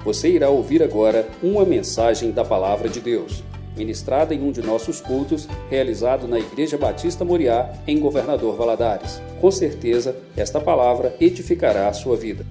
Você irá ouvir agora uma mensagem da Palavra de Deus, ministrada em um de nossos cultos, realizado na Igreja Batista Moriá, em Governador Valadares. Com certeza, esta palavra edificará a sua vida.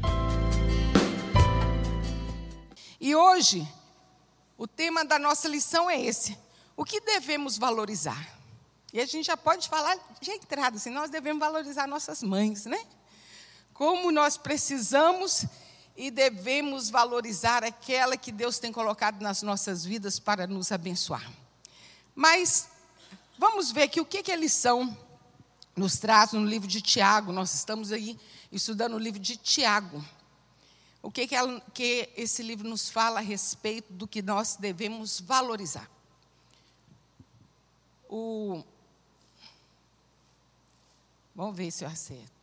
E hoje, o tema da nossa lição é esse: o que devemos valorizar? E a gente já pode falar de entrada, assim, nós devemos valorizar nossas mães, né? Como nós precisamos e devemos valorizar aquela que Deus tem colocado nas nossas vidas para nos abençoar. Mas vamos ver aqui o que a lição nos traz no livro de Tiago. Nós estamos aí estudando o livro de Tiago. O que esse livro nos fala a respeito do que nós devemos valorizar. Vamos ver se eu acerto.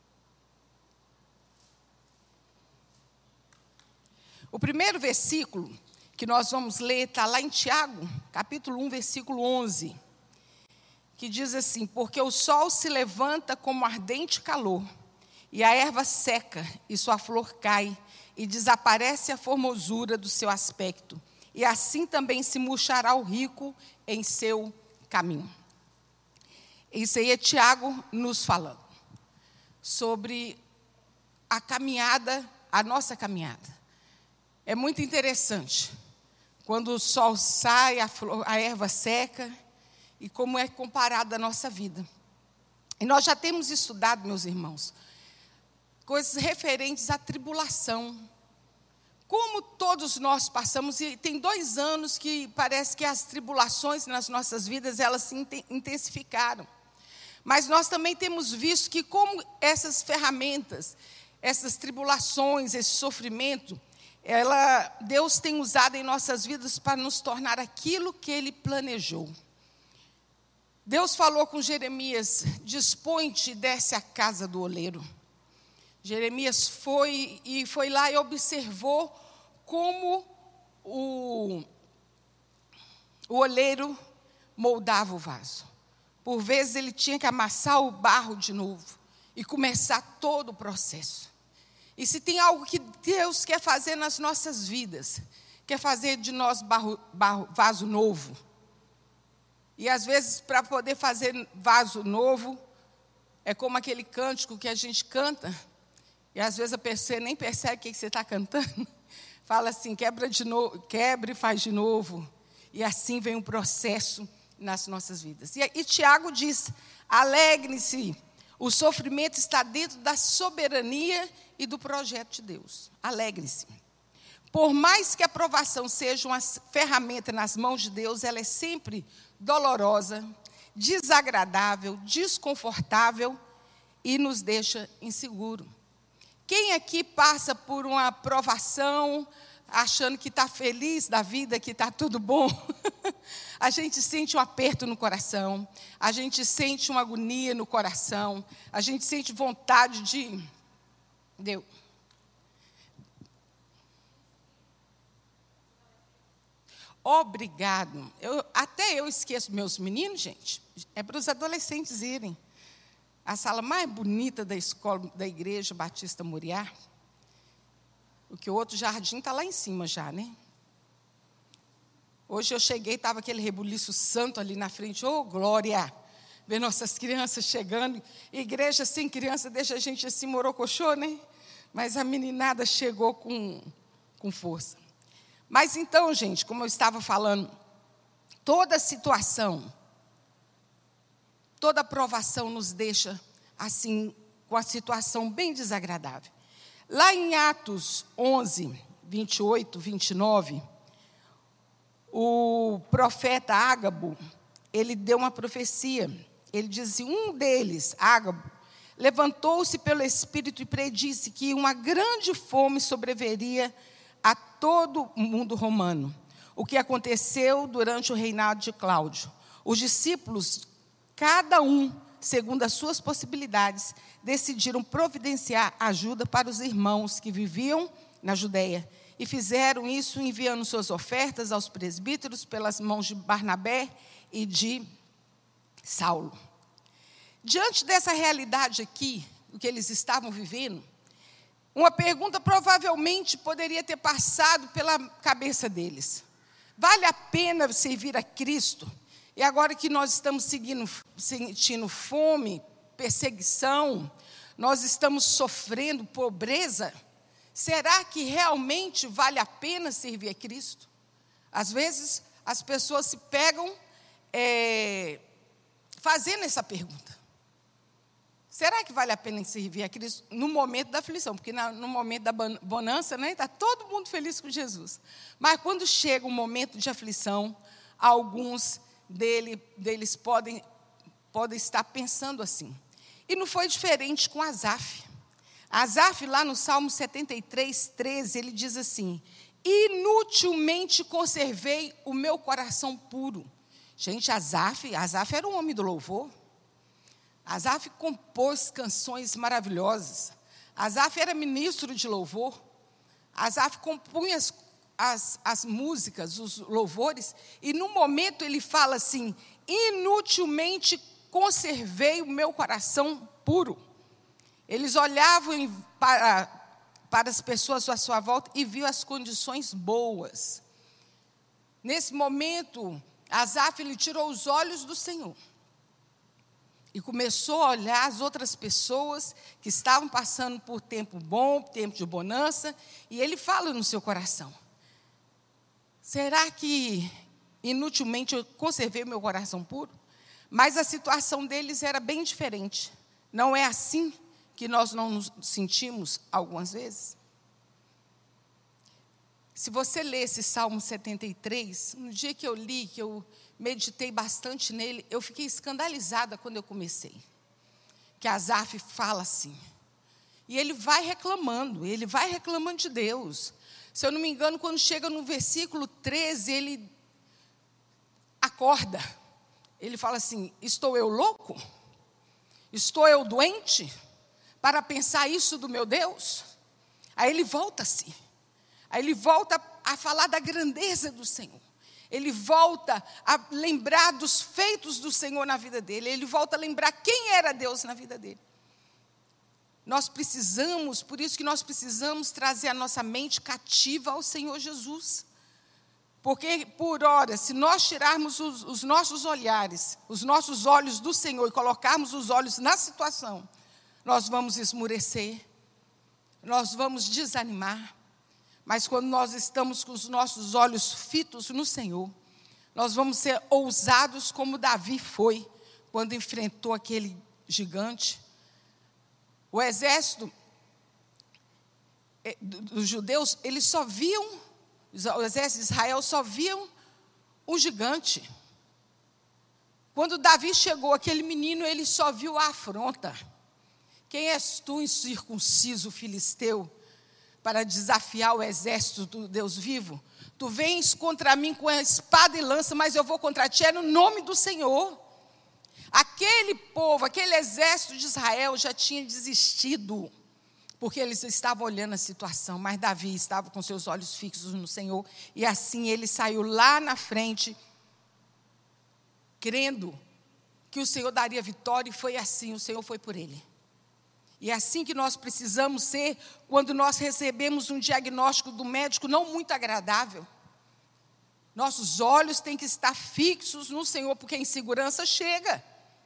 O primeiro versículo que nós vamos ler está lá em Tiago, capítulo 1, versículo 11, que diz assim: porque o sol se levanta como ardente calor, e a erva seca, e sua flor cai, e desaparece a formosura do seu aspecto, e assim também se murchará o rico em seu caminho. Isso aí é Tiago nos falando sobre a caminhada, a nossa caminhada. É muito interessante quando o sol sai, a erva seca, e como é comparada a nossa vida. E nós já temos estudado, meus irmãos, coisas referentes à tribulação. Como todos nós passamos, e tem 2 anos que parece que as tribulações nas nossas vidas, elas se intensificaram. Mas nós também temos visto que como essas ferramentas, essas tribulações, esse sofrimento, Deus tem usado em nossas vidas para nos tornar aquilo que Ele planejou. Deus falou com Jeremias: dispõe-te e desce à casa do oleiro. Jeremias foi lá e observou como o oleiro moldava o vaso. Por vezes ele tinha que amassar o barro de novo e começar todo o processo. E se tem algo que Deus quer fazer nas nossas vidas, quer fazer de nós vaso novo. E às vezes, para poder fazer vaso novo, é como aquele cântico que a gente canta, e às vezes a pessoa nem percebe o que você está cantando. Fala assim: quebra de novo, quebra e faz de novo. E assim vem um processo nas nossas vidas. E Tiago diz: alegre-se, o sofrimento está dentro da soberania e do projeto de Deus. Alegre-se. Por mais que a provação seja uma ferramenta nas mãos de Deus, ela é sempre dolorosa, desagradável, desconfortável e nos deixa inseguro. Quem aqui passa por uma provação, achando que está feliz da vida, que está tudo bom? A gente sente um aperto no coração, a gente sente uma agonia no coração, a gente sente vontade de... Obrigado. Até eu esqueço meus meninos, gente. É para os adolescentes irem. A sala mais bonita da escola da Igreja Batista Moriá. Porque o outro jardim está lá em cima já, né? Hoje eu cheguei, estava aquele rebuliço santo ali na frente. Oh, glória! Ver nossas crianças chegando. Igreja sem criança deixa a gente assim morocochô, né? Mas a meninada chegou com força. Mas então, gente, como eu estava falando, toda situação, toda provação nos deixa assim, com a situação bem desagradável. Lá em Atos 11, 28, 29, o profeta Ágabo, ele deu uma profecia. Ele diz assim: um deles, Ágabo, levantou-se pelo Espírito e predisse que uma grande fome sobreviria a todo o mundo romano. O que aconteceu durante o reinado de Cláudio. Os discípulos, cada um, segundo as suas possibilidades, decidiram providenciar ajuda para os irmãos que viviam na Judeia. E fizeram isso enviando suas ofertas aos presbíteros pelas mãos de Barnabé e de Saulo. Diante dessa realidade aqui, o que eles estavam vivendo, Uma pergunta provavelmente poderia ter passado pela cabeça deles: vale a pena servir a Cristo? E agora que nós estamos sentindo fome, perseguição, nós estamos sofrendo pobreza, será que realmente vale a pena servir a Cristo? Às vezes, as pessoas se pegam fazendo essa pergunta. Será que vale a pena servir a Cristo no momento da aflição? Porque no momento da bonança, né, está todo mundo feliz com Jesus. Mas quando chega um momento de aflição, alguns deles podem estar pensando assim. E não foi diferente com Asaf. Asaf, lá no Salmo 73, 13, ele diz assim: inutilmente conservei o meu coração puro. Gente, Asaf era um homem do louvor. Asaf compôs canções maravilhosas. Asaf era ministro de louvor. Asaf compunha as músicas, os louvores, e no momento ele fala assim: inutilmente conservei o meu coração puro. Eles olhavam para as pessoas à sua volta e viam as condições boas. Nesse momento, Asaf, ele tirou os olhos do Senhor e começou a olhar as outras pessoas que estavam passando por tempo bom, tempo de bonança, e ele fala no seu coração: será que inutilmente eu conservei o meu coração puro? Mas a situação deles era bem diferente. Não é assim que nós não nos sentimos algumas vezes? Se você ler esse Salmo 73, no dia que eu li, que eu meditei bastante nele, eu fiquei escandalizada quando eu comecei. Que Asaf fala assim. E ele vai reclamando de Deus. Se eu não me engano, quando chega no versículo 13, ele acorda. Ele fala assim: estou eu louco? Estou eu doente para pensar isso do meu Deus? Aí ele volta-se. Aí ele volta a falar da grandeza do Senhor. Ele volta a lembrar dos feitos do Senhor na vida dele. Ele volta a lembrar quem era Deus na vida dele. Por isso que nós precisamos trazer a nossa mente cativa ao Senhor Jesus. Porque, por hora, se nós tirarmos os nossos olhares, os nossos olhos do Senhor e colocarmos os olhos na situação, nós vamos esmurecer, nós vamos desanimar. Mas quando nós estamos com os nossos olhos fitos no Senhor, nós vamos ser ousados como Davi foi, quando enfrentou aquele gigante. O exército dos judeus, eles só viam, o exército de Israel só viam um gigante. Quando Davi chegou, aquele menino, ele só viu a afronta. Quem és tu, incircunciso filisteu, para desafiar o exército do Deus vivo? Tu vens contra mim com a espada e lança, mas eu vou contra ti no nome do Senhor. Aquele povo, aquele exército de Israel já tinha desistido, porque eles estavam olhando a situação, mas Davi estava com seus olhos fixos no Senhor, e assim ele saiu lá na frente, crendo que o Senhor daria vitória, e foi assim, o Senhor foi por ele. E é assim que nós precisamos ser quando nós recebemos um diagnóstico do médico não muito agradável. Nossos olhos têm que estar fixos no Senhor, porque a insegurança chega.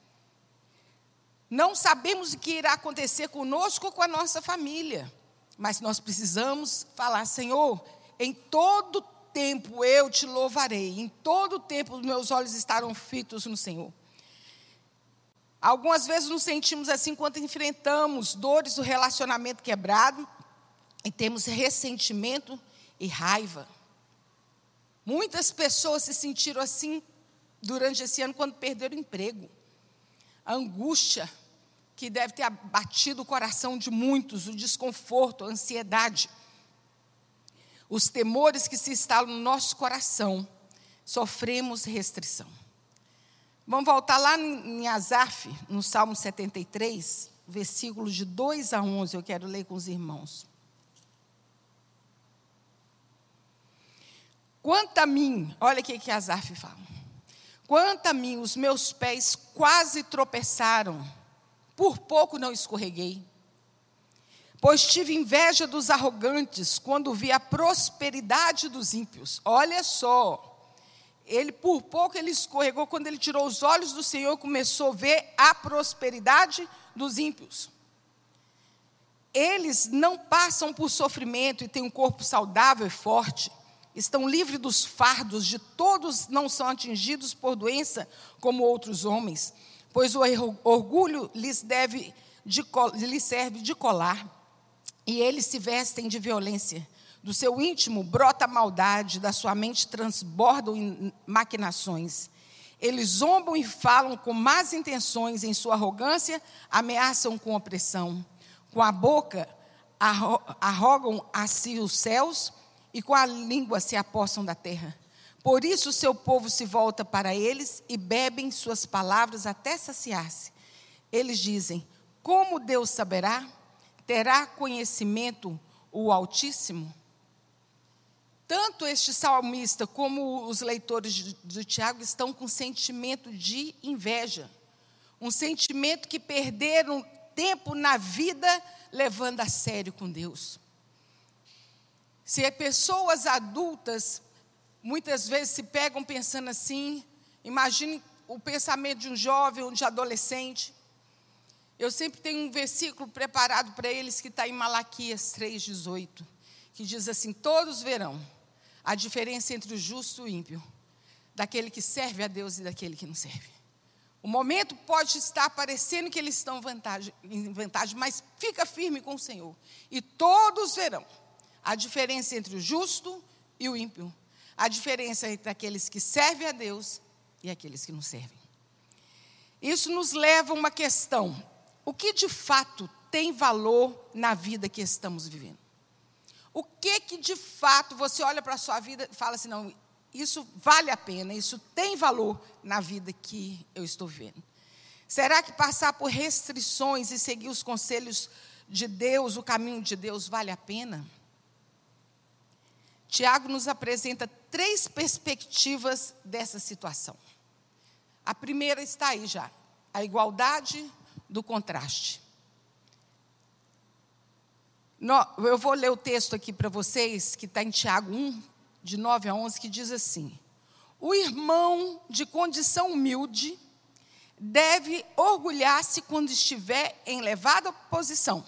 Não sabemos o que irá acontecer conosco ou com a nossa família, mas nós precisamos falar: Senhor, em todo tempo eu te louvarei, em todo tempo os meus olhos estarão fitos no Senhor. Algumas vezes nos sentimos assim quando enfrentamos dores do relacionamento quebrado e temos ressentimento e raiva. Muitas pessoas se sentiram assim durante esse ano quando perderam o emprego. A angústia que deve ter abatido o coração de muitos, o desconforto, a ansiedade. Os temores que se instalam no nosso coração, sofremos restrição. Vamos voltar lá em Asaf, no Salmo 73, versículos de 2 a 11, eu quero ler com os irmãos. Quanto a mim, olha o que Asaf fala. Quanto a mim, os meus pés quase tropeçaram, por pouco não escorreguei. Pois tive inveja dos arrogantes quando vi a prosperidade dos ímpios. Olha só, por pouco ele escorregou quando ele tirou os olhos do Senhor e começou a ver a prosperidade dos ímpios. Eles não passam por sofrimento e têm um corpo saudável e forte. Estão livres dos fardos de todos, não são atingidos por doença como outros homens, pois o orgulho lhes serve de colar. E eles se vestem de violência. Do seu íntimo brota a maldade, da sua mente transbordam em maquinações. Eles zombam e falam com más intenções, em sua arrogância ameaçam com opressão. Com a boca arrogam a si os céus e com a língua se apossam da terra. Por isso o seu povo se volta para eles e bebem suas palavras até saciar-se. Eles dizem: como Deus saberá? Terá conhecimento o Altíssimo? Tanto este salmista como os leitores de Tiago estão com sentimento de inveja. Um sentimento que perderam tempo na vida levando a sério com Deus. Se é pessoas adultas, muitas vezes se pegam pensando assim, imagine o pensamento de um jovem ou de adolescente. Eu sempre tenho um versículo preparado para eles que está em Malaquias 3,18, que diz assim: todos verão a diferença entre o justo e o ímpio, daquele que serve a Deus e daquele que não serve. O momento pode estar parecendo que eles estão em vantagem, mas fica firme com o Senhor. E todos verão a diferença entre o justo e o ímpio, a diferença entre aqueles que servem a Deus e aqueles que não servem. Isso nos leva a uma questão: o que de fato tem valor na vida que estamos vivendo? O que de fato você olha para a sua vida e fala assim: não, isso vale a pena, isso tem valor na vida que eu estou vivendo? Será que passar por restrições e seguir os conselhos de Deus, o caminho de Deus, vale a pena? Tiago nos apresenta 3 perspectivas dessa situação. A primeira está aí já: a igualdade do contraste. Eu vou ler o texto aqui para vocês, que está em Tiago 1, de 9 a 11, que diz assim: o irmão de condição humilde deve orgulhar-se quando estiver em elevada posição.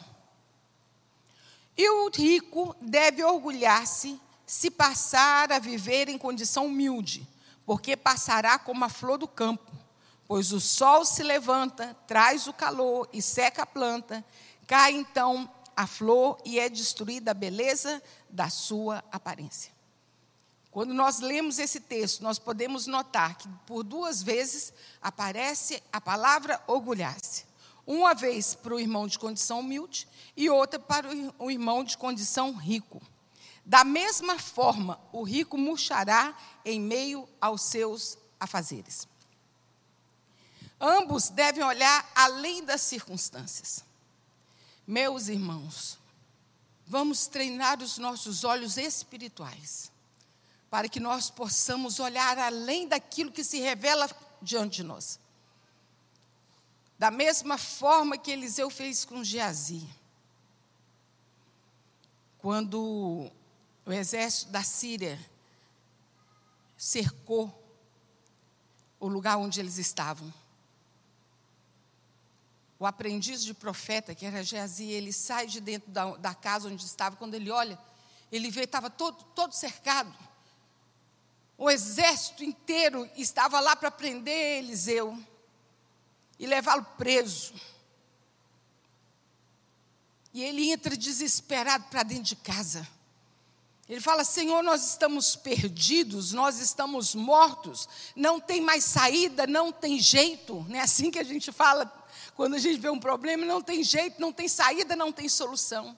E o rico deve orgulhar-se se passar a viver em condição humilde, porque passará como a flor do campo. Pois o sol se levanta, traz o calor e seca a planta, cai então a flor e é destruída a beleza da sua aparência. Quando nós lemos esse texto, nós podemos notar que por 2 vezes aparece a palavra orgulhar-se. Uma vez para o irmão de condição humilde e outra para o irmão de condição rico. Da mesma forma, o rico murchará em meio aos seus afazeres. Ambos devem olhar além das circunstâncias. Meus irmãos, vamos treinar os nossos olhos espirituais, para que nós possamos olhar além daquilo que se revela diante de nós. Da mesma forma que Eliseu fez com Geazi. Quando o exército da Síria cercou o lugar onde eles estavam, o aprendiz de profeta, que era Geazi, ele sai de dentro da casa onde estava. Quando ele olha, ele vê que estava todo cercado. O exército inteiro estava lá para prender Eliseu e levá-lo preso. E ele entra desesperado para dentro de casa. Ele fala: Senhor, nós estamos perdidos, nós estamos mortos, não tem mais saída, não tem jeito. Não é assim que a gente fala quando a gente vê um problema: não tem jeito, não tem saída, não tem solução.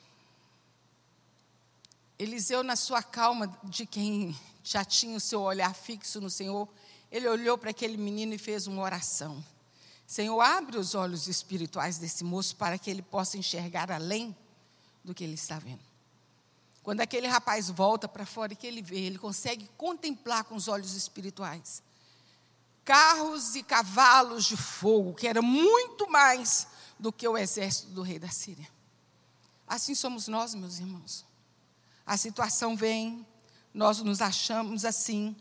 Eliseu, na sua calma de quem já tinha o seu olhar fixo no Senhor, ele olhou para aquele menino e fez uma oração: Senhor, abre os olhos espirituais desse moço para que ele possa enxergar além do que ele está vendo. Quando aquele rapaz volta para fora e que ele vê, ele consegue contemplar com os olhos espirituais carros e cavalos de fogo, que era muito mais do que o exército do rei da Síria. Assim somos nós, meus irmãos. A situação vem, nós nos achamos assim,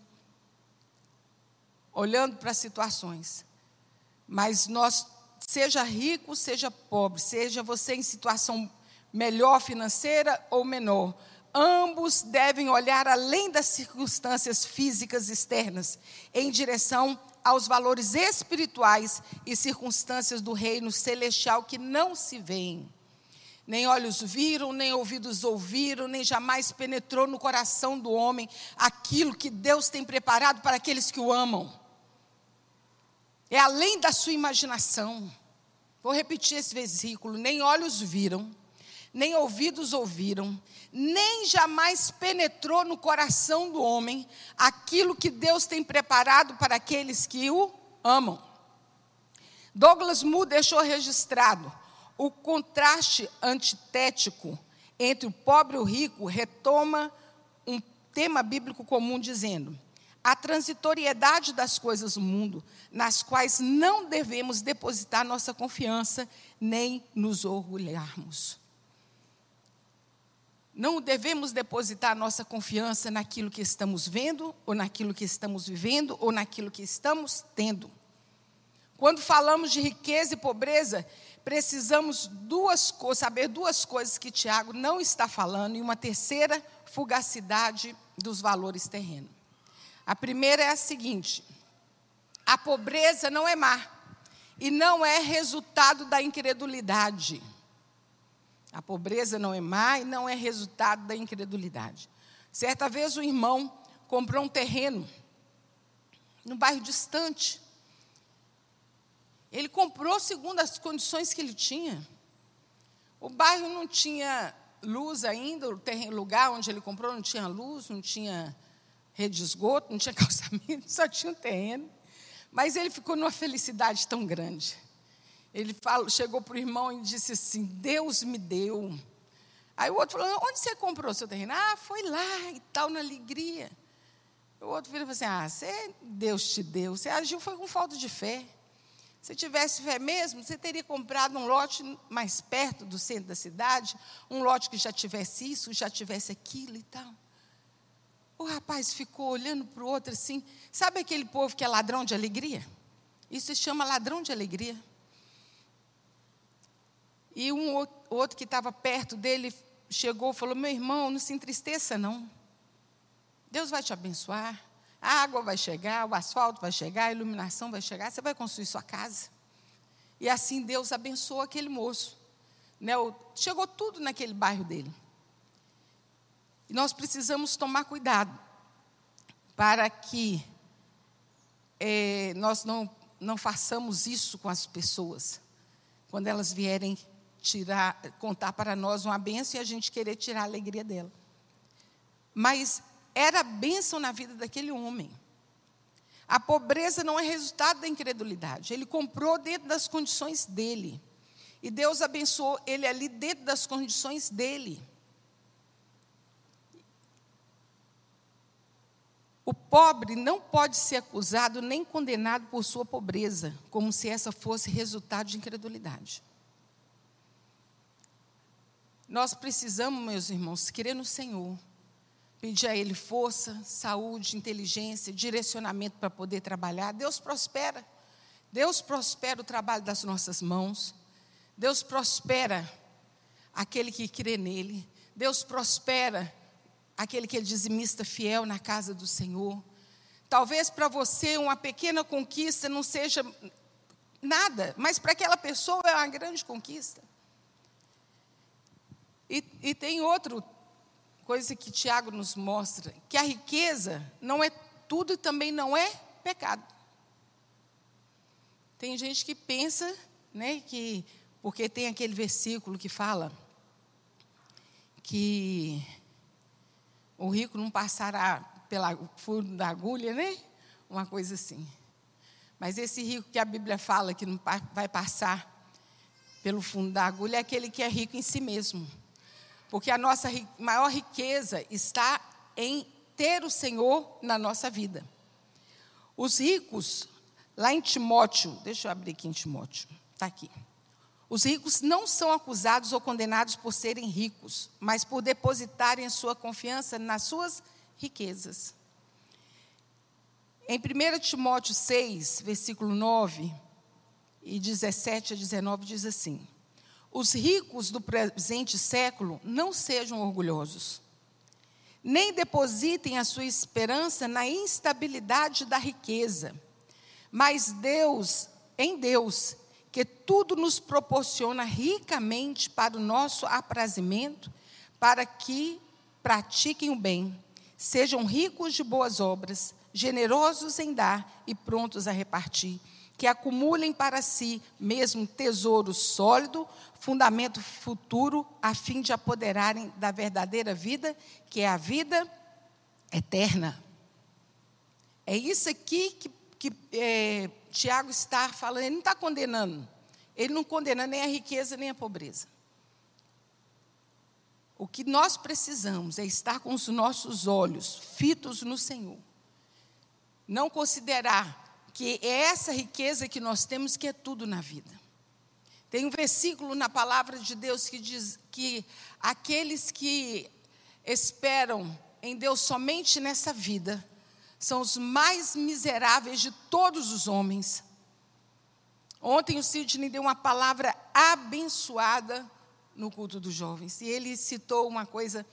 olhando para as situações. Mas nós, seja rico, seja pobre, seja você em situação melhor financeira ou menor, ambos devem olhar além das circunstâncias físicas externas, em direção aos valores espirituais e circunstâncias do reino celestial que não se veem. Nem olhos viram, nem ouvidos ouviram, nem jamais penetrou no coração do homem aquilo que Deus tem preparado para aqueles que o amam. É além da sua imaginação. Vou repetir esse versículo. Nem olhos viram, nem ouvidos ouviram, nem jamais penetrou no coração do homem aquilo que Deus tem preparado para aqueles que o amam. Douglas Moo deixou registrado: o contraste antitético entre o pobre e o rico retoma um tema bíblico comum, dizendo: a transitoriedade das coisas do mundo, nas quais não devemos depositar nossa confiança, nem nos orgulharmos. Não devemos depositar nossa confiança naquilo que estamos vendo, ou naquilo que estamos vivendo, ou naquilo que estamos tendo. Quando falamos de riqueza e pobreza, precisamos saber duas coisas que Tiago não está falando, e uma terceira, fugacidade dos valores terrenos. A primeira é a seguinte: a pobreza não é má, e não é resultado da incredulidade. A pobreza não é má e não é resultado da incredulidade. Certa vez um irmão comprou um terreno num bairro distante. Ele comprou segundo as condições que ele tinha. O bairro não tinha luz ainda, o lugar onde ele comprou não tinha luz, não tinha rede de esgoto, não tinha calçamento, só tinha um terreno. Mas ele ficou numa felicidade tão grande. Ele chegou para o irmão e disse assim: Deus me deu. Aí o outro falou: onde você comprou o seu terreno? Ah, foi lá e tal, na alegria. O outro falou assim: Deus te deu, você agiu foi com falta de fé. Se tivesse fé mesmo, você teria comprado um lote mais perto do centro da cidade, um lote que já tivesse isso, já tivesse aquilo e tal. O rapaz ficou olhando para o outro assim. Sabe aquele povo que é ladrão de alegria? Isso se chama ladrão de alegria. E outro que estava perto dele chegou e falou: meu irmão, não se entristeça não. Deus vai te abençoar. A água vai chegar, o asfalto vai chegar, a iluminação vai chegar, você vai construir sua casa. E assim Deus abençoou aquele moço. Chegou tudo naquele bairro dele. E nós precisamos tomar cuidado para que nós não façamos isso com as pessoas. Quando elas vierem contar para nós uma bênção e a gente querer tirar a alegria dela. Mas era bênção na vida daquele homem. A pobreza não é resultado da incredulidade. Ele comprou dentro das condições dele. E Deus abençoou ele ali dentro das condições dele. O pobre não pode ser acusado nem condenado por sua pobreza, como se essa fosse resultado de incredulidade. Nós precisamos, meus irmãos, crer no Senhor. Pedir a Ele força, saúde, inteligência, direcionamento para poder trabalhar. Deus prospera. Deus prospera o trabalho das nossas mãos. Deus prospera aquele que crê nele. Deus prospera aquele que é dizimista fiel na casa do Senhor. Talvez para você uma pequena conquista não seja nada, mas para aquela pessoa é uma grande conquista. E tem outra coisa que Tiago nos mostra, que a riqueza não é tudo e também não é pecado. Tem gente que pensa, que porque tem aquele versículo que fala que o rico não passará pelo furo da agulha, uma coisa assim. Mas esse rico que a Bíblia fala que não vai passar pelo fundo da agulha é aquele que é rico em si mesmo. Porque a nossa maior riqueza está em ter o Senhor na nossa vida. Os ricos, lá em Timóteo, deixa eu abrir aqui em Timóteo, está aqui. Os ricos não são acusados ou condenados por serem ricos, mas por depositarem a sua confiança nas suas riquezas. Em 1 Timóteo 6, versículo 9 e 17 a 19, diz assim: os ricos do presente século não sejam orgulhosos, nem depositem a sua esperança na instabilidade da riqueza, mas em Deus, que tudo nos proporciona ricamente para o nosso aprazimento, para que pratiquem o bem, sejam ricos de boas obras, generosos em dar e prontos a repartir, que acumulem para si mesmo tesouro sólido, fundamento futuro, a fim de apoderarem da verdadeira vida, que é a vida eterna. É isso aqui que Tiago está falando. Ele não está condenando. Ele não condena nem a riqueza, nem a pobreza. O que nós precisamos é estar com os nossos olhos fitos no Senhor. Não considerar que é essa riqueza que nós temos que é tudo na vida. Tem um versículo na palavra de Deus que diz que aqueles que esperam em Deus somente nessa vida são os mais miseráveis de todos os homens. Ontem o Sidney deu uma palavra abençoada no culto dos jovens. E ele citou uma coisa,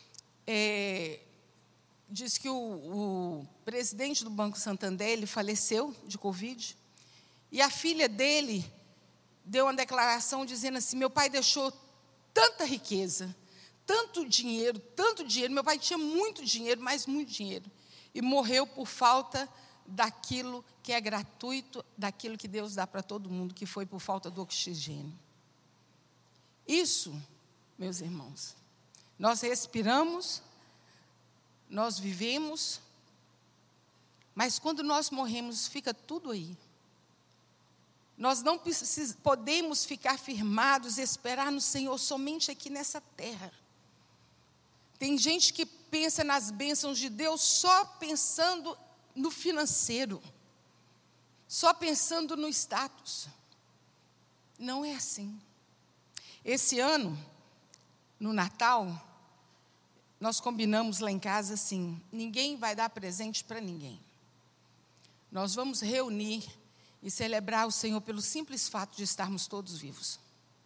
diz que o presidente do Banco Santander, ele faleceu de Covid, e a filha dele deu uma declaração dizendo assim: meu pai deixou tanta riqueza, tanto dinheiro, meu pai tinha muito dinheiro, mas muito dinheiro, e morreu por falta daquilo que é gratuito, daquilo que Deus dá para todo mundo, que foi por falta do oxigênio. Isso, meus irmãos, nós respiramos, nós vivemos, mas quando nós morremos, fica tudo aí. Nós não podemos ficar firmados, esperar no Senhor somente aqui nessa terra. Tem gente que pensa nas bênçãos de Deus só pensando no financeiro, só pensando no status. Não é assim. Esse ano, no Natal, nós combinamos lá em casa assim: ninguém vai dar presente para ninguém. Nós vamos reunir e celebrar o Senhor pelo simples fato de estarmos todos vivos.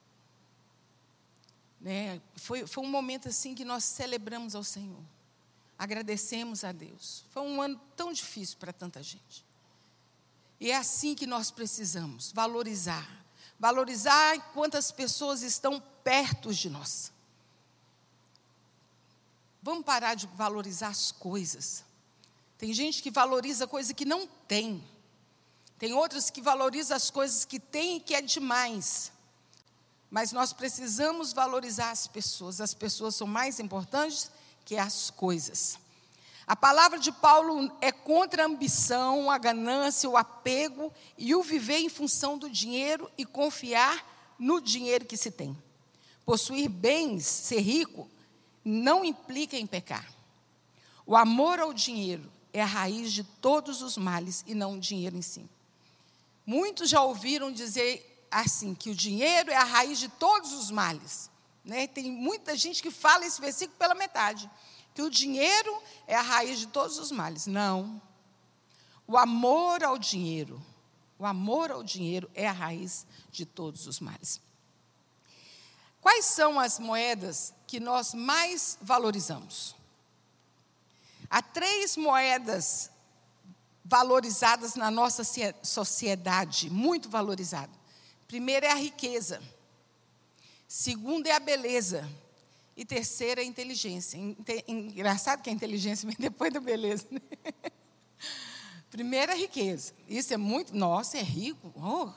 Foi um momento assim que nós celebramos ao Senhor, agradecemos a Deus. Foi um ano tão difícil para tanta gente. E é assim que nós precisamos valorizar quantas pessoas estão perto de nós. Vamos parar de valorizar as coisas. Tem gente que valoriza coisa que não tem. Tem outros que valorizam as coisas que tem e que é demais. Mas nós precisamos valorizar as pessoas. As pessoas são mais importantes que as coisas. A palavra de Paulo é contra a ambição, a ganância, o apego e o viver em função do dinheiro e confiar no dinheiro que se tem. Possuir bens, ser rico, não implica em pecar. O amor ao dinheiro é a raiz de todos os males e não o dinheiro em si. Muitos já ouviram dizer assim, que o dinheiro é a raiz de todos os males. Tem muita gente que fala esse versículo pela metade, que o dinheiro é a raiz de todos os males. Não. O amor ao dinheiro é a raiz de todos os males. Quais são as moedas que nós mais valorizamos? Há 3 moedas valorizadas na nossa sociedade, muito valorizadas. Primeiro é a riqueza. Segundo é a beleza. E terceiro é a inteligência. Engraçado que a inteligência vem depois da beleza, né? Primeiro é a riqueza. Isso é muito... Nossa, é rico. Oh.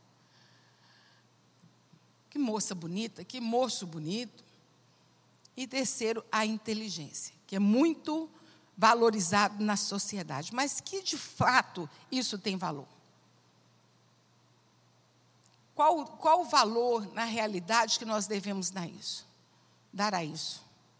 Que moça bonita, que moço bonito. E terceiro, a inteligência, que é muito valorizado na sociedade. Mas que, de fato, isso tem valor. Qual o valor, na realidade, que nós devemos dar a isso?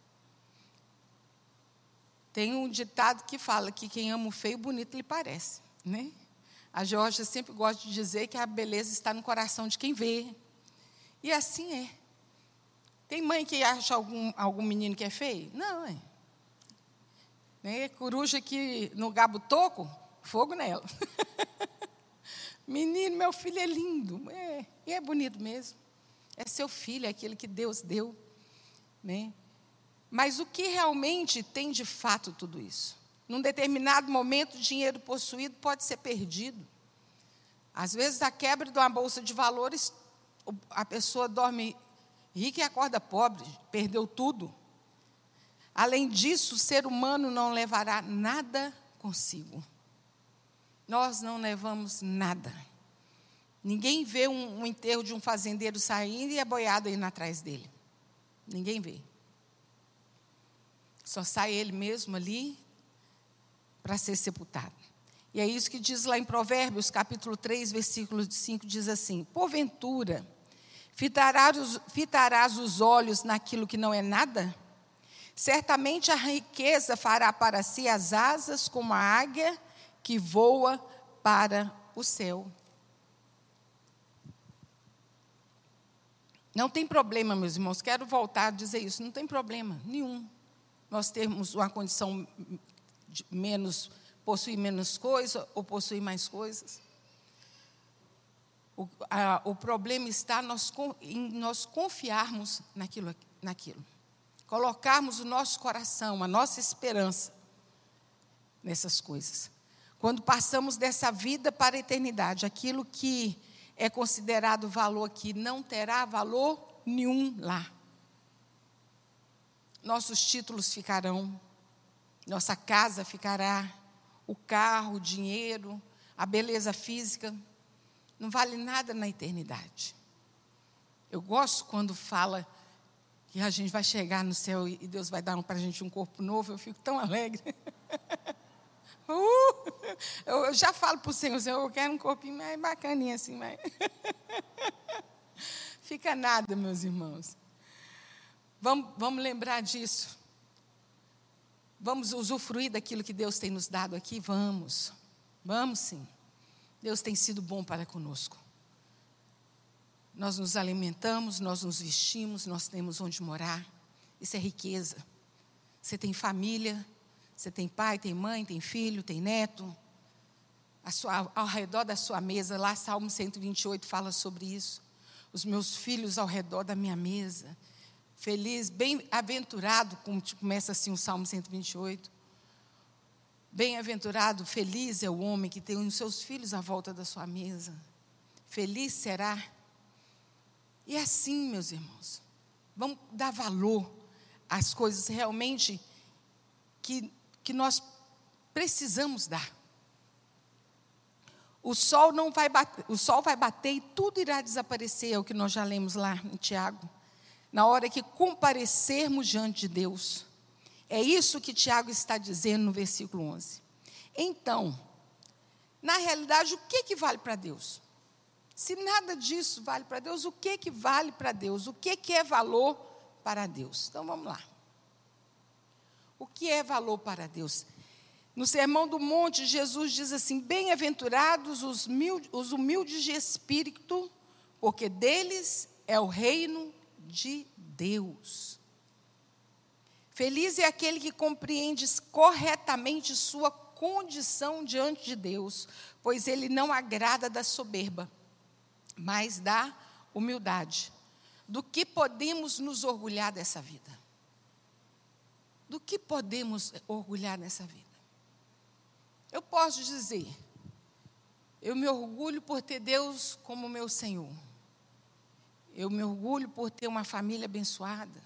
Tem um ditado que fala que quem ama o feio, bonito lhe parece, né? A Georgia sempre gosta de dizer que a beleza está no coração de quem vê. E assim é. Tem mãe que acha algum menino que é feio? Não, é. Né? Coruja que no gabo toco, fogo nela. Menino, meu filho é lindo. E é bonito mesmo. É seu filho, é aquele que Deus deu. Né? Mas o que realmente tem de fato tudo isso? Num determinado momento, o dinheiro possuído pode ser perdido. Às vezes, a quebra de uma bolsa de valores, a pessoa dorme rica e acorda pobre, perdeu tudo. Além disso, o ser humano não levará nada consigo. Nós não levamos nada. Ninguém vê um enterro de um fazendeiro saindo e a boiada indo atrás dele. Ninguém vê. Só sai ele mesmo ali para ser sepultado. E é isso que diz lá em Provérbios, capítulo 3, versículo 5, diz assim: porventura, fitarás os olhos naquilo que não é nada? Certamente a riqueza fará para si as asas como a águia que voa para o céu. Não tem problema, meus irmãos, quero voltar a dizer isso, não tem problema nenhum. Nós temos uma condição de possuir menos coisas ou possuir mais coisas. O problema está em nós confiarmos naquilo. Colocarmos o nosso coração, a nossa esperança nessas coisas. Quando passamos dessa vida para a eternidade, aquilo que é considerado valor aqui não terá valor nenhum lá. Nossos títulos ficarão, nossa casa ficará, o carro, o dinheiro, a beleza física, não vale nada na eternidade. Eu gosto quando fala que a gente vai chegar no céu e Deus vai dar para a gente um corpo novo, eu fico tão alegre. Eu já falo para o Senhor, eu quero um corpinho mais bacaninho assim, mas fica nada, meus irmãos. Vamos lembrar disso. Vamos usufruir daquilo que Deus tem nos dado aqui? Vamos sim. Deus tem sido bom para conosco. Nós nos alimentamos, nós nos vestimos, nós temos onde morar. Isso é riqueza. Você tem família, você tem pai, tem mãe, tem filho, tem neto. Ao redor da sua mesa, lá Salmo 128 fala sobre isso. Os meus filhos ao redor da minha mesa. Feliz, bem-aventurado, como começa assim o Salmo 128. Bem-aventurado, feliz é o homem que tem os seus filhos à volta da sua mesa. Feliz será. E assim, meus irmãos, vamos dar valor às coisas realmente que nós precisamos dar. O sol vai bater e tudo irá desaparecer, é o que nós já lemos lá em Tiago. Na hora que comparecermos diante de Deus. É isso que Tiago está dizendo no versículo 11. Então, na realidade, o que vale para Deus? Se nada disso vale para Deus, o que vale para Deus? O que é valor para Deus? Então, vamos lá. O que é valor para Deus? No Sermão do Monte, Jesus diz assim: bem-aventurados os humildes de espírito, porque deles é o reino de Deus. Feliz é aquele que compreende corretamente sua condição diante de Deus, pois ele não agrada da soberba, mas da humildade. Do que podemos nos orgulhar dessa vida? Do que podemos orgulhar nessa vida? Eu posso dizer, eu me orgulho por ter Deus como meu Senhor. Eu me orgulho por ter uma família abençoada,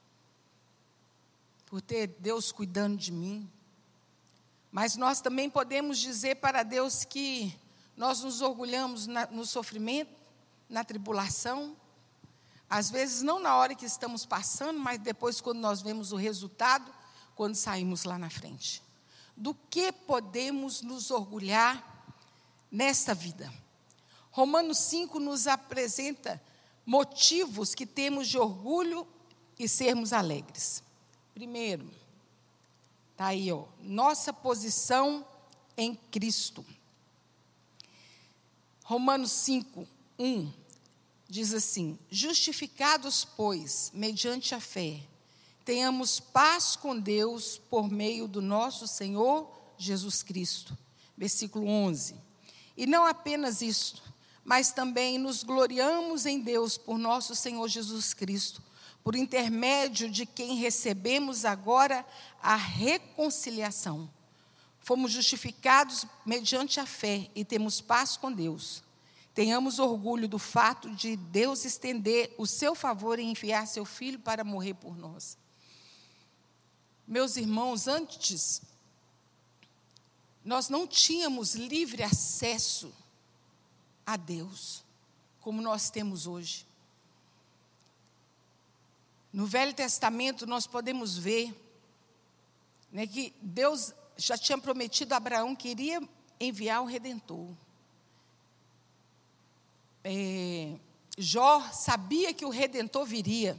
por ter Deus cuidando de mim. Mas nós também podemos dizer para Deus que nós nos orgulhamos no sofrimento, na tribulação, às vezes não na hora que estamos passando, mas depois quando nós vemos o resultado, quando saímos lá na frente. Do que podemos nos orgulhar nesta vida? Romanos 5 nos apresenta motivos que temos de orgulho e sermos alegres. Primeiro, está aí, nossa posição em Cristo. Romanos 5, 1. Diz assim: justificados, pois, mediante a fé, tenhamos paz com Deus por meio do nosso Senhor Jesus Cristo. Versículo 11. E não apenas isto, mas também nos gloriamos em Deus por nosso Senhor Jesus Cristo, por intermédio de quem recebemos agora a reconciliação. Fomos justificados mediante a fé e temos paz com Deus. Tenhamos orgulho do fato de Deus estender o seu favor e enviar seu Filho para morrer por nós. Meus irmãos, antes, nós não tínhamos livre acesso a Deus, como nós temos hoje. No Velho Testamento, nós podemos ver, né, que Deus já tinha prometido a Abraão que iria enviar o Redentor. Jó sabia que o Redentor viria.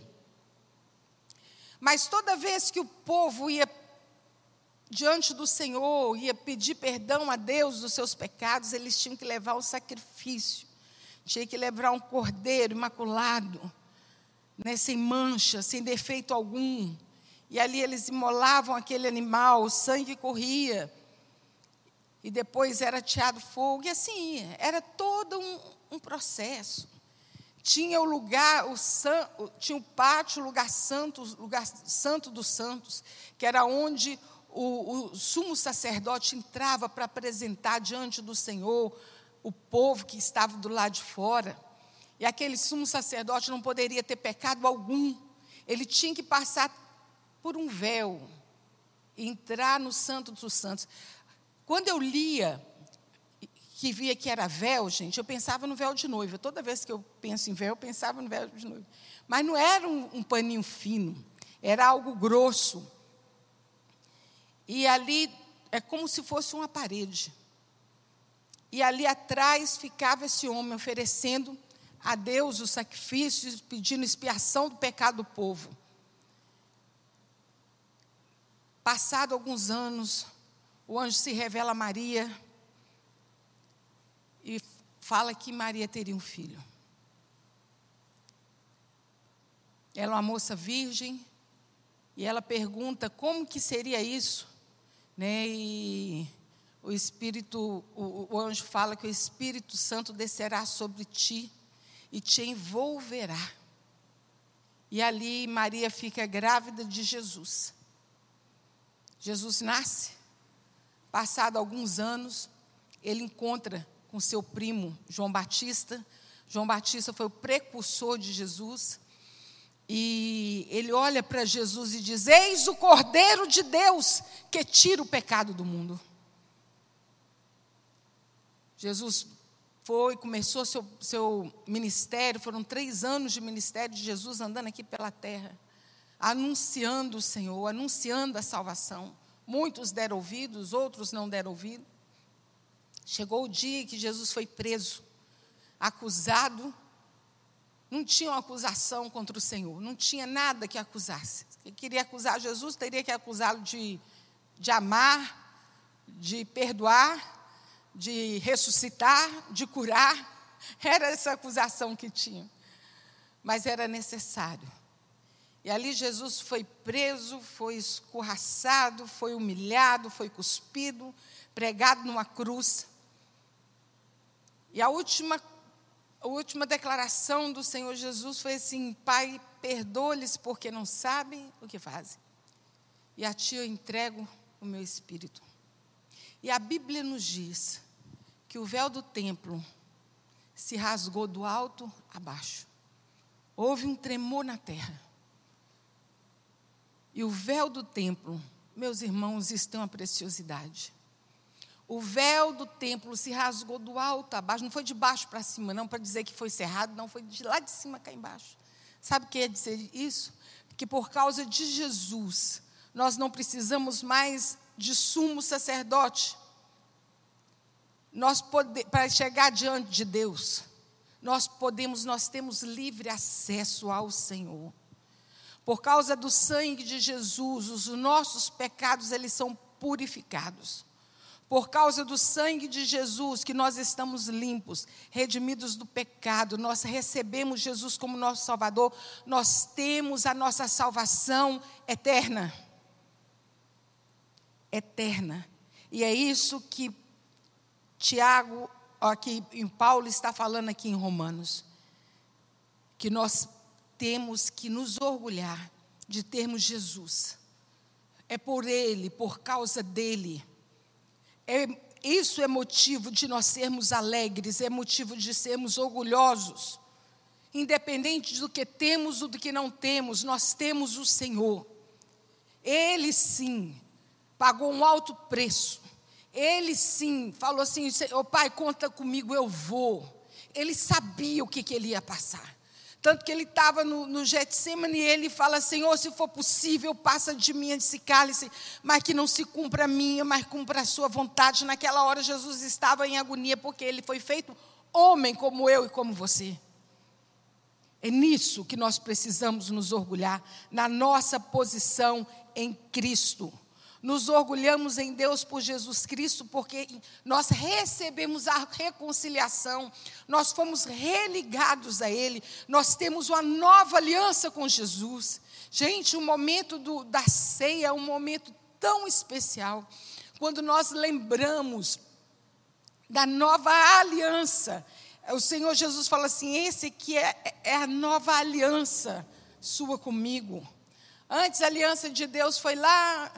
Mas toda vez que o povo ia diante do Senhor, ia pedir perdão a Deus dos seus pecados, eles tinham que levar o sacrifício. Tinha que levar um cordeiro imaculado, né, sem mancha, sem defeito algum. E ali eles imolavam aquele animal, o sangue corria. E depois era ateado fogo. E assim, era todo um processo. Tinha o lugar, tinha o pátio, o lugar santo dos santos, que era onde o sumo sacerdote entrava para apresentar diante do Senhor o povo que estava do lado de fora. E aquele sumo sacerdote não poderia ter pecado algum. Ele tinha que passar por um véu e entrar no santo dos santos. Quando eu lia, que via que era véu, gente, eu pensava no véu de noiva. Toda vez que eu penso em véu, eu pensava no véu de noiva. Mas não era um paninho fino, era algo grosso. E ali é como se fosse uma parede. E ali atrás ficava esse homem oferecendo a Deus os sacrifícios, pedindo expiação do pecado do povo. Passado alguns anos, o anjo se revela a Maria e fala que Maria teria um filho. Ela é uma moça virgem e ela pergunta como que seria isso, né? E o anjo fala que o Espírito Santo descerá sobre ti e te envolverá. E ali Maria fica grávida de Jesus. Jesus nasce. Passado alguns anos, ele encontra com seu primo João Batista. João Batista foi o precursor de Jesus. E ele olha para Jesus e diz: eis o Cordeiro de Deus que tira o pecado do mundo. Jesus começou seu ministério, foram 3 anos de ministério de Jesus andando aqui pela terra, anunciando o Senhor, anunciando a salvação. Muitos deram ouvidos, outros não deram ouvido. Chegou o dia que Jesus foi preso, acusado. Não tinha uma acusação contra o Senhor, não tinha nada que acusasse. Quem queria acusar Jesus, teria que acusá-lo de amar, de perdoar, de ressuscitar, de curar. Era essa acusação que tinha. Mas era necessário. E ali Jesus foi preso, foi escorraçado, foi humilhado, foi cuspido, pregado numa cruz. E a última declaração do Senhor Jesus foi assim: Pai, perdoa-lhes porque não sabem o que fazem. E a ti eu entrego o meu espírito. E a Bíblia nos diz que o véu do templo se rasgou do alto a baixo. Houve um tremor na terra. E o véu do templo, meus irmãos, isso tem uma preciosidade. O véu do templo se rasgou do alto a baixo, não foi de baixo para cima, não, para dizer que foi cerrado, não, foi de lá de cima cá embaixo. Sabe o que quer dizer isso? Que por causa de Jesus, nós não precisamos mais de sumo sacerdote. Para chegar diante de Deus, nós temos livre acesso ao Senhor. Por causa do sangue de Jesus, os nossos pecados, eles são purificados. Por causa do sangue de Jesus, que nós estamos limpos, redimidos do pecado, nós recebemos Jesus como nosso Salvador, nós temos a nossa salvação eterna. Eterna. E é isso que Paulo está falando aqui em Romanos. Que nós temos que nos orgulhar de termos Jesus. É por Ele, por causa dEle. Isso é motivo de nós sermos alegres, é motivo de sermos orgulhosos. Independente do que temos ou do que não temos, nós temos o Senhor. Ele sim pagou um alto preço. Ele sim falou assim: "Ô Pai, conta comigo, eu vou." Ele sabia o que ele ia passar. Tanto que ele estava no Getsemane e ele fala: "Senhor, se for possível, passa de mim esse cálice, mas que não se cumpra a minha, mas cumpra a sua vontade." Naquela hora Jesus estava em agonia, porque ele foi feito homem como eu e como você. É nisso que nós precisamos nos orgulhar, na nossa posição em Cristo. Nos orgulhamos em Deus por Jesus Cristo, porque nós recebemos a reconciliação, nós fomos religados a Ele, nós temos uma nova aliança com Jesus. Gente, o momento da ceia é um momento tão especial, quando nós lembramos da nova aliança. O Senhor Jesus fala assim: "Esse aqui é a nova aliança sua comigo." Antes a aliança de Deus foi lá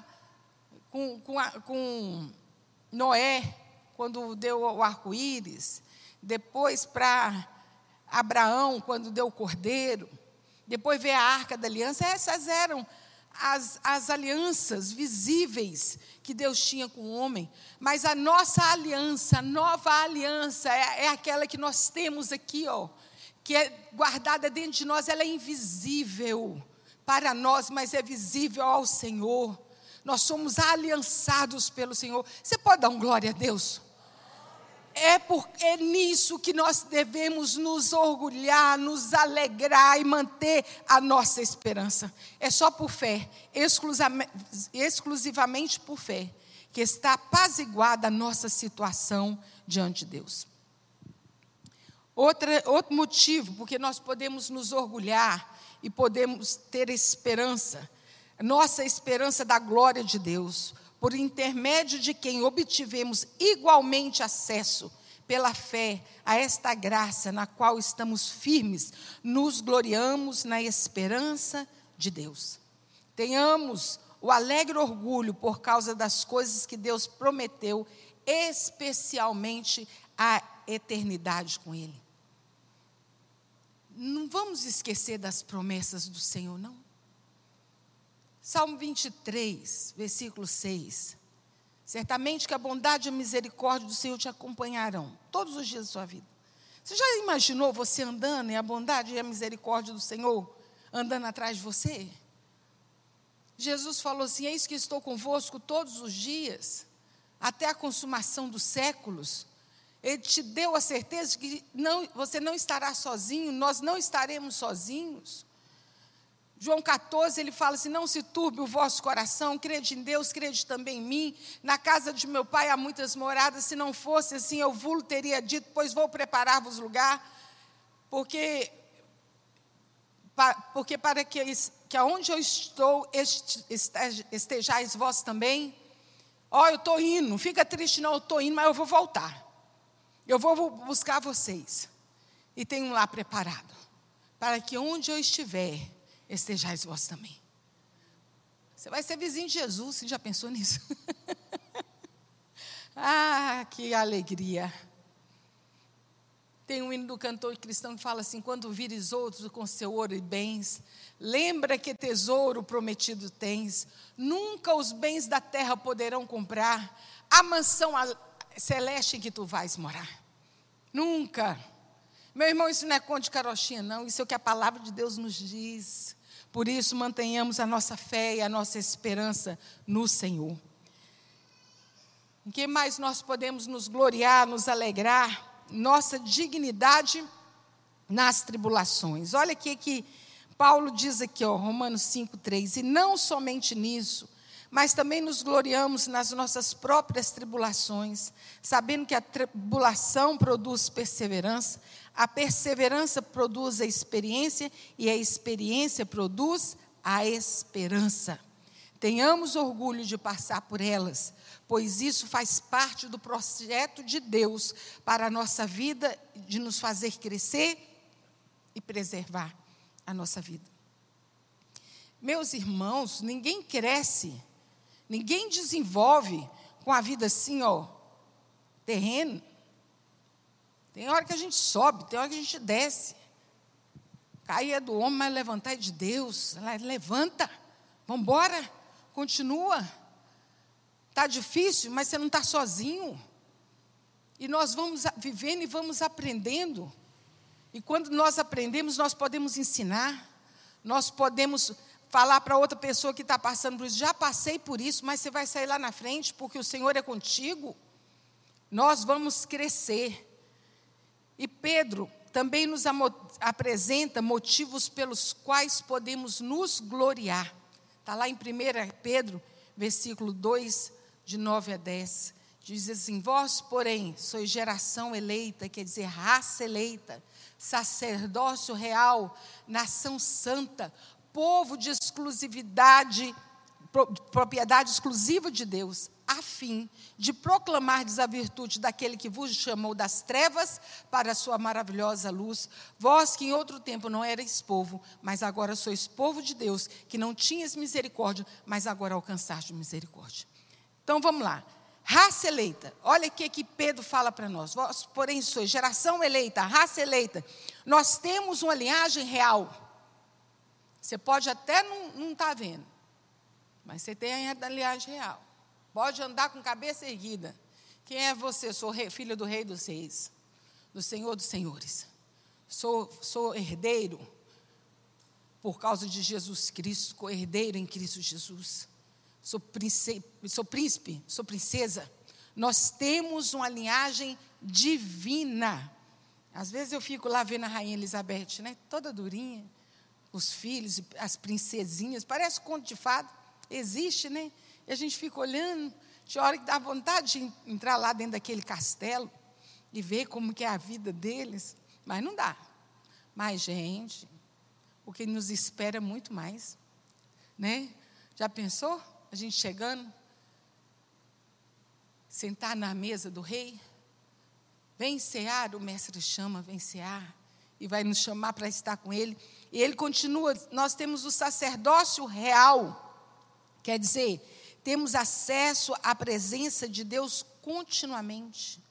com Noé, quando deu o arco-íris, depois para Abraão, quando deu o cordeiro, depois veio a arca da aliança. Essas eram as alianças visíveis que Deus tinha com o homem. Mas a nossa aliança, a nova aliança, é aquela que nós temos aqui, que é guardada dentro de nós. Ela é invisível para nós, mas é visível ao Senhor. Nós somos aliançados pelo Senhor. Você pode dar um glória a Deus? É nisso que nós devemos nos orgulhar, nos alegrar e manter a nossa esperança. É só por fé, exclusivamente por fé, que está apaziguada a nossa situação diante de Deus. Outro motivo, porque nós podemos nos orgulhar e podemos ter esperança, nossa esperança da glória de Deus, por intermédio de quem obtivemos igualmente acesso, pela fé, a esta graça na qual estamos firmes, nos gloriamos na esperança de Deus. Tenhamos o alegre orgulho por causa das coisas que Deus prometeu, especialmente a eternidade com Ele. Não vamos esquecer das promessas do Senhor, não. Salmo 23, versículo 6. Certamente que a bondade e a misericórdia do Senhor te acompanharão todos os dias da sua vida. Você já imaginou você andando e a bondade e a misericórdia do Senhor andando atrás de você? Jesus falou assim: "Eis que estou convosco todos os dias, até a consumação dos séculos." Ele te deu a certeza de que você não estará sozinho, nós não estaremos sozinhos. João 14, ele fala assim: "Não se turbe o vosso coração, crede em Deus, crede também em mim. Na casa de meu pai há muitas moradas, se não fosse assim, eu vos teria dito, pois vou preparar-vos lugar. Porque para que aonde eu estou, estejais vós também." Eu estou indo, não fica triste não, eu estou indo, mas eu vou voltar. Eu vou buscar vocês. E tenho um lar preparado, para que onde eu estiver, estejais vós também. Você vai ser vizinho de Jesus, você já pensou nisso? Que alegria. Tem um hino do cantor cristão que fala assim: "Quando vires outros com seu ouro e bens, lembra que tesouro prometido tens, nunca os bens da terra poderão comprar a mansão celeste em que tu vais morar." Nunca. Meu irmão, isso não é conto de carochinha, não. Isso é o que a palavra de Deus nos diz. Por isso, mantenhamos a nossa fé e a nossa esperança no Senhor. Em que mais nós podemos nos gloriar, nos alegrar? Nossa dignidade nas tribulações. Olha aqui que Paulo diz aqui, Romanos 5:3. "E não somente nisso, mas também nos gloriamos nas nossas próprias tribulações, sabendo que a tribulação produz perseverança, a perseverança produz a experiência, e a experiência produz a esperança. Tenhamos orgulho de passar por elas, pois isso faz parte do projeto de Deus para a nossa vida, de nos fazer crescer e preservar a nossa vida. Meus irmãos, ninguém cresce, ninguém desenvolve com a vida assim, terreno. Tem hora que a gente sobe, tem hora que a gente desce. Cair é do homem, mas levantar é de Deus. Levanta, vamos embora, continua. Está difícil, mas você não está sozinho. E nós vamos vivendo e vamos aprendendo. E quando nós aprendemos, nós podemos ensinar. Nós podemos falar para outra pessoa que está passando por isso. Já passei por isso, mas você vai sair lá na frente, porque o Senhor é contigo. Nós vamos crescer. E Pedro também nos apresenta motivos pelos quais podemos nos gloriar. Está lá em 1 Pedro, versículo 2, de 9 a 10. Diz assim: vós, porém, sois geração eleita, quer dizer, raça eleita, sacerdócio real, nação santa, povo de exclusividade, propriedade exclusiva de Deus, a fim de proclamardes a virtude daquele que vos chamou das trevas para a sua maravilhosa luz. Vós que em outro tempo não erais povo, mas agora sois povo de Deus, que não tinhas misericórdia, mas agora alcançaste misericórdia. Então vamos lá. Raça eleita, olha o que Pedro fala para nós. Vós, porém, sois geração eleita, raça eleita. Nós temos uma linhagem real. Você pode até não estar vendo, mas você tem a linhagem real. Pode andar com cabeça erguida. Quem é você? Sou filho do Rei dos Reis, do Senhor dos Senhores. Sou herdeiro por causa de Jesus Cristo, co-herdeiro em Cristo Jesus. Sou príncipe, sou princesa. Nós temos uma linhagem divina. Às vezes eu fico lá vendo a rainha Elizabeth, né? Toda durinha, os filhos, as princesinhas, parece conto de fada, existe, né? E a gente fica olhando, tinha hora que dá vontade de entrar lá dentro daquele castelo e ver como que é a vida deles, mas não dá. Mas, gente, o que nos espera é muito mais, né? Já pensou? A gente chegando, sentar na mesa do rei, vem cear, o mestre chama, vem cear, e vai nos chamar para estar com ele. E ele continua, nós temos o sacerdócio real, quer dizer, temos acesso à presença de Deus continuamente.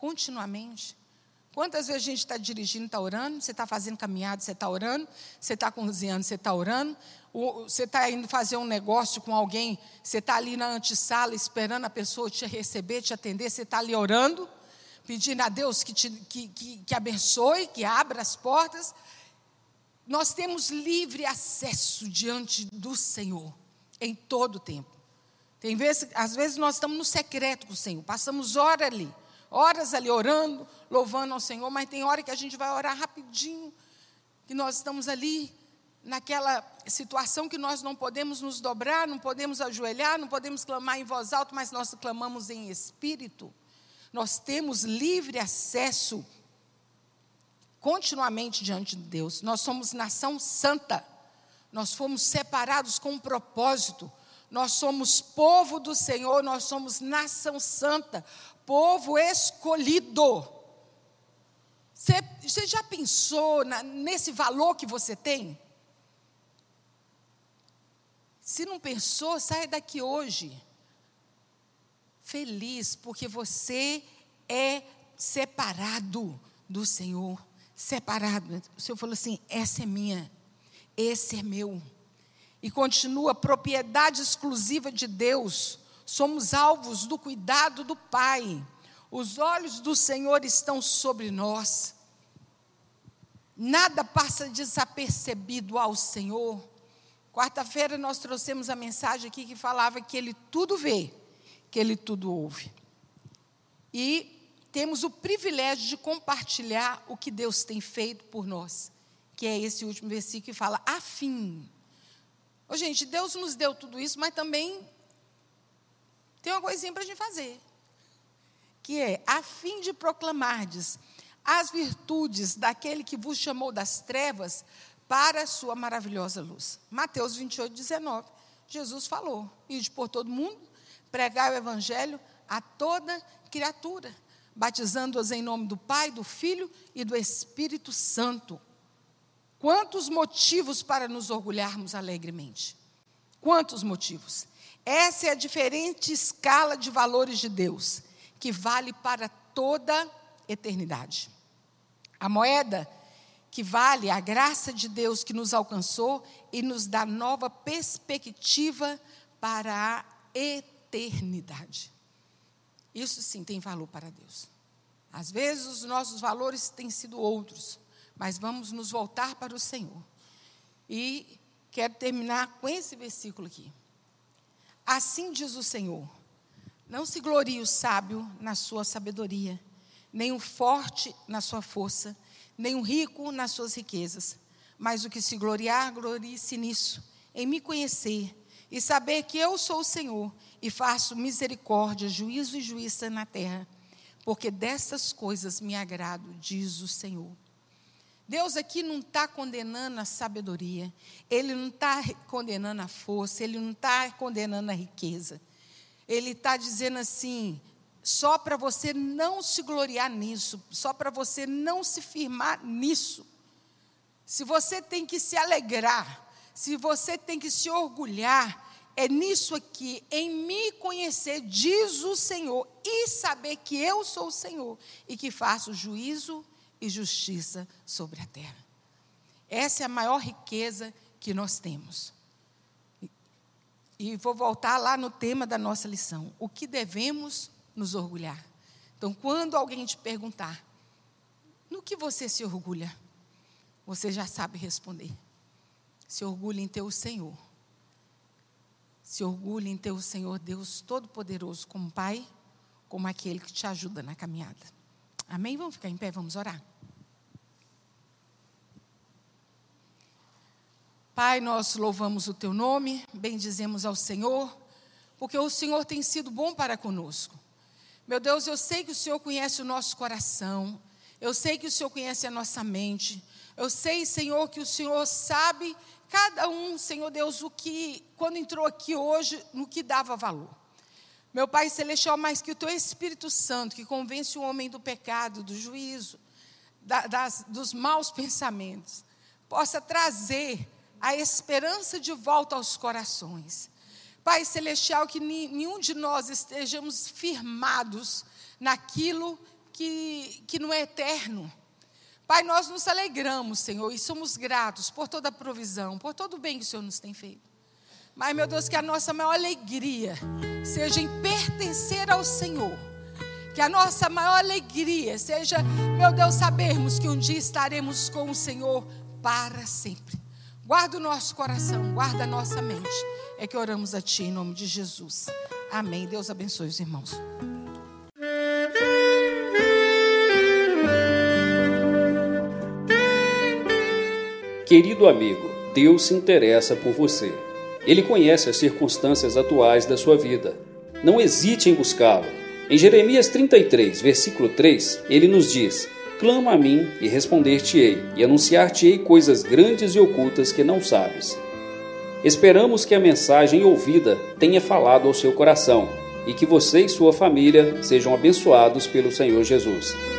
Quantas vezes a gente está dirigindo, está orando, você está fazendo caminhada, você está orando, você está cozinhando, você está orando, você está indo fazer um negócio com alguém, você está ali na antessala esperando a pessoa te receber, te atender, você está ali orando, pedindo a Deus que abençoe, que abra as portas. Nós temos livre acesso diante do Senhor, em todo o tempo. Tem vezes, às vezes nós estamos no secreto com o Senhor, passamos horas ali orando, louvando ao Senhor, mas tem hora que a gente vai orar rapidinho, que nós estamos ali naquela situação que nós não podemos nos dobrar, não podemos ajoelhar, não podemos clamar em voz alta, mas nós clamamos em espírito. Nós temos livre acesso continuamente diante de Deus. Nós somos nação santa, nós fomos separados com um propósito, nós somos povo do Senhor, nós somos nação santa, povo escolhido. Você já pensou nesse valor que você tem? Se não pensou, saia daqui hoje feliz, porque você é separado do Senhor, separado. O Senhor falou assim: essa é minha, esse é meu. E continua, propriedade exclusiva de Deus, somos alvos do cuidado do Pai, os olhos do Senhor estão sobre nós, nada passa desapercebido ao Senhor. Quarta-feira nós trouxemos a mensagem aqui que falava que Ele tudo vê, que Ele tudo ouve. E temos o privilégio de compartilhar o que Deus tem feito por nós, que é esse último versículo que fala, a fim. Gente, Deus nos deu tudo isso, mas também tem uma coisinha para a gente fazer, que é, a fim de proclamardes as virtudes daquele que vos chamou das trevas para a sua maravilhosa luz. Mateus 28, 19. Jesus falou, ide por todo mundo, pregai o evangelho a toda criatura, batizando-as em nome do Pai, do Filho e do Espírito Santo. Quantos motivos para nos orgulharmos alegremente? Quantos motivos? Essa é a diferente escala de valores de Deus, que vale para toda eternidade. A moeda que vale a graça de Deus que nos alcançou e nos dá nova perspectiva para a eternidade. Isso sim tem valor para Deus. Às vezes os nossos valores têm sido outros, mas vamos nos voltar para o Senhor. E quero terminar com esse versículo aqui. Assim diz o Senhor: não se glorie o sábio na sua sabedoria, nem o forte na sua força, nem o rico nas suas riquezas, mas o que se gloriar, glorie-se nisso, em me conhecer e saber que eu sou o Senhor e faço misericórdia, juízo e justiça na terra, porque dessas coisas me agrado, diz o Senhor. Deus aqui não está condenando a sabedoria, Ele não está condenando a força, Ele não está condenando a riqueza. Ele está dizendo assim, só para você não se gloriar nisso, só para você não se firmar nisso. Se você tem que se alegrar, se você tem que se orgulhar, é nisso aqui, em me conhecer, diz o Senhor, e saber que eu sou o Senhor, e que faço juízo e justiça sobre a terra. Essa é a maior riqueza que nós temos. E vou voltar lá no tema da nossa lição. O que devemos nos orgulhar? Então, quando alguém te perguntar, no que você se orgulha? Você já sabe responder. Se orgulhe em ter o Senhor. Se orgulhe em ter o Senhor Deus Todo-Poderoso como Pai, como aquele que te ajuda na caminhada. Amém? Vamos ficar em pé, vamos orar. Pai, nós louvamos o Teu nome, bendizemos ao Senhor, porque o Senhor tem sido bom para conosco. Meu Deus, eu sei que o Senhor conhece o nosso coração, eu sei que o Senhor conhece a nossa mente, eu sei, Senhor, que o Senhor sabe cada um, Senhor Deus, o que, quando entrou aqui hoje, no que dava valor. Meu Pai Celestial, mais que o Teu Espírito Santo, que convence o homem do pecado, do juízo, dos maus pensamentos, possa trazer a esperança de volta aos corações. Pai Celestial, que nenhum de nós estejamos firmados naquilo que não é eterno. Pai, nós nos alegramos, Senhor, e somos gratos por toda a provisão, por todo o bem que o Senhor nos tem feito. Mas, meu Deus, que a nossa maior alegria seja em pertencer ao Senhor. Que a nossa maior alegria seja, meu Deus, sabermos que um dia estaremos com o Senhor para sempre. Guarda o nosso coração, guarda a nossa mente. É que oramos a Ti em nome de Jesus. Amém. Deus abençoe os irmãos. Querido amigo, Deus se interessa por você. Ele conhece as circunstâncias atuais da sua vida. Não hesite em buscá-lo. Em Jeremias 33, versículo 3, ele nos diz: clama a mim e responder-te-ei, e anunciar-te-ei coisas grandes e ocultas que não sabes. Esperamos que a mensagem ouvida tenha falado ao seu coração e que você e sua família sejam abençoados pelo Senhor Jesus.